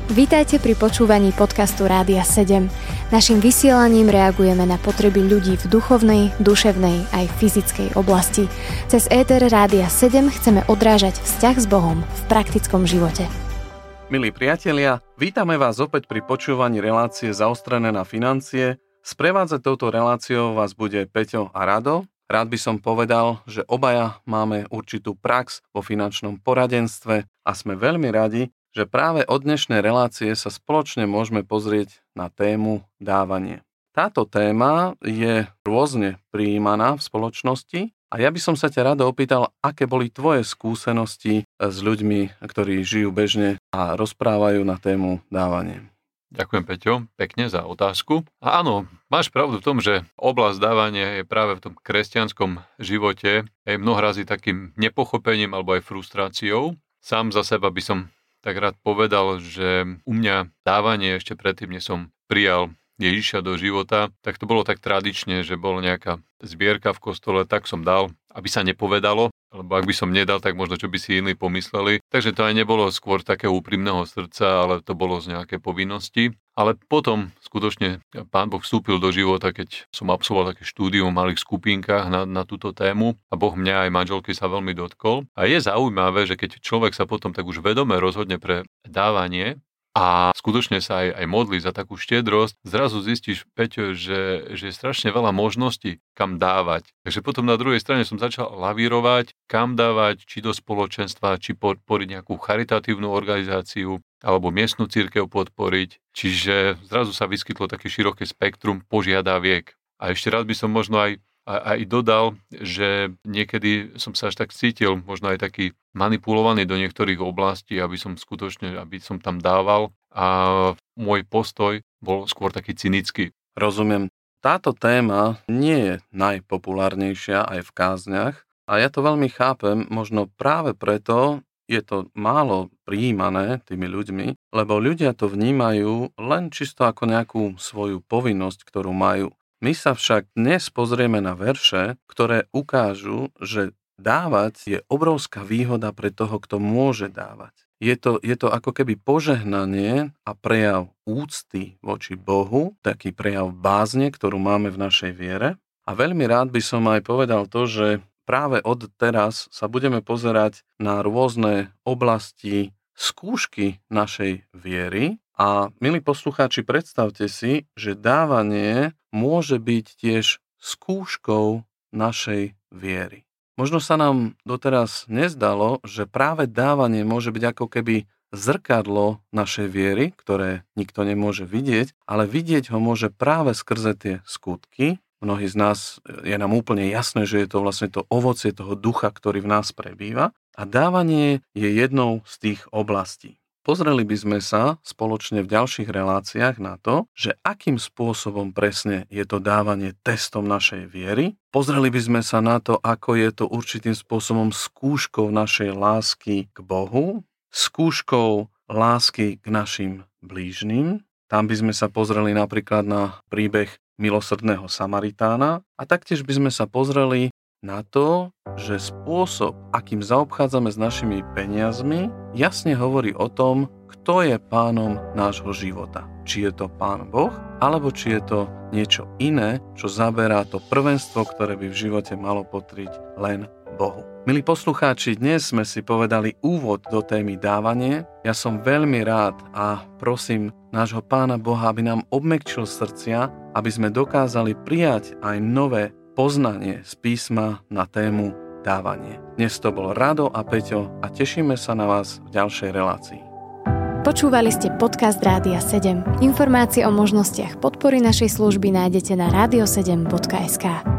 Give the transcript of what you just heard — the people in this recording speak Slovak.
Vítajte pri počúvaní podcastu Rádia 7. Naším vysielaním reagujeme na potreby ľudí v duchovnej, duševnej aj fyzickej oblasti. Cez éter Rádia 7 chceme odrážať vzťah s Bohom v praktickom živote. Milí priatelia, vítame vás opäť pri počúvaní relácie Zaostrené na financie. Sprevádzať touto reláciou vás bude Peťo a Rado. Rád by som povedal, že obaja máme určitú prax vo finančnom poradenstve a sme veľmi radi, že práve od dnešnej relácie sa spoločne môžeme pozrieť na tému dávanie. Táto téma je rôzne prijímaná v spoločnosti a ja by som sa ťa rado opýtal, aké boli tvoje skúsenosti s ľuďmi, ktorí žijú bežne a rozprávajú na tému dávanie. Ďakujem, Peťo, pekne za otázku. A áno, máš pravdu v tom, že oblasť dávania je práve v tom kresťanskom živote aj mnohorazí takým nepochopením alebo aj frustráciou. Sám za seba by som tak rád povedal, že u mňa dávanie ešte predtým, než som prijal Ježiša do života, tak to bolo tak tradične, že bola nejaká zbierka v kostole, tak som dal, aby sa nepovedalo, lebo ak by som nedal, tak možno čo by si iní pomysleli. Takže to aj nebolo skôr takého úprimného srdca, ale to bolo z nejaké povinnosti. Ale potom skutočne Pán Boh vstúpil do života, keď som absolvoval také štúdium v malých skupinkách na túto tému a Boh mňa aj manželky sa veľmi dotkol. A je zaujímavé, že keď človek sa potom tak už vedome rozhodne pre dávanie, a skutočne sa aj modlí za takú štedrosť, zrazu zistíš, Peťo, že je strašne veľa možností, kam dávať. Takže potom na druhej strane som začal lavírovať, kam dávať, či do spoločenstva, či podporiť nejakú charitatívnu organizáciu, alebo miestnu cirkev podporiť. Čiže zrazu sa vyskytlo také široké spektrum požiadaviek. A ešte raz by som možno aj dodal, že niekedy som sa až tak cítil, možno aj taký manipulovaný do niektorých oblastí, aby som tam dával a môj postoj bol skôr taký cynický. Rozumiem. Táto téma nie je najpopulárnejšia aj v kázniach a ja to veľmi chápem, možno práve preto je to málo prijímané tými ľuďmi, lebo ľudia to vnímajú len čisto ako nejakú svoju povinnosť, ktorú majú. My sa však dnes pozrieme na verše, ktoré ukážu, že dávať je obrovská výhoda pre toho, kto môže dávať. Je to ako keby požehnanie a prejav úcty voči Bohu, taký prejav bázne, ktorú máme v našej viere. A veľmi rád by som aj povedal to, že práve od teraz sa budeme pozerať na rôzne oblasti skúšky našej viery. A milí poslucháči, predstavte si, že dávanie môže byť tiež skúškou našej viery. Možno sa nám doteraz nezdalo, že práve dávanie môže byť ako keby zrkadlo našej viery, ktoré nikto nemôže vidieť, ale vidieť ho môže práve skrze tie skutky. Mnohí z nás, je nám úplne jasné, že je to vlastne to ovocie toho ducha, ktorý v nás prebýva. A dávanie je jednou z tých oblastí. Pozreli by sme sa spoločne v ďalších reláciách na to, že akým spôsobom presne je to dávanie testom našej viery. Pozreli by sme sa na to, ako je to určitým spôsobom skúškou našej lásky k Bohu, skúškou lásky k našim blížnym. Tam by sme sa pozreli napríklad na príbeh milosrdného Samaritána a taktiež by sme sa pozreli na to, že spôsob, akým zaobchádzame s našimi peniazmi, jasne hovorí o tom, kto je pánom nášho života. Či je to Pán Boh, alebo či je to niečo iné, čo zaberá to prvenstvo, ktoré by v živote malo patriť len Bohu. Milí poslucháči, dnes sme si povedali úvod do témy dávanie. Ja som veľmi rád a prosím nášho Pána Boha, aby nám obmäkčil srdcia, aby sme dokázali prijať aj nové poznanie z písma na tému dávanie. Dnes to bol Rado a Peťo a tešíme sa na vás v ďalšej relácii. Počúvali ste podcast Rádia 7. Informácie o možnostiach podpory našej služby nájdete na radio7.sk.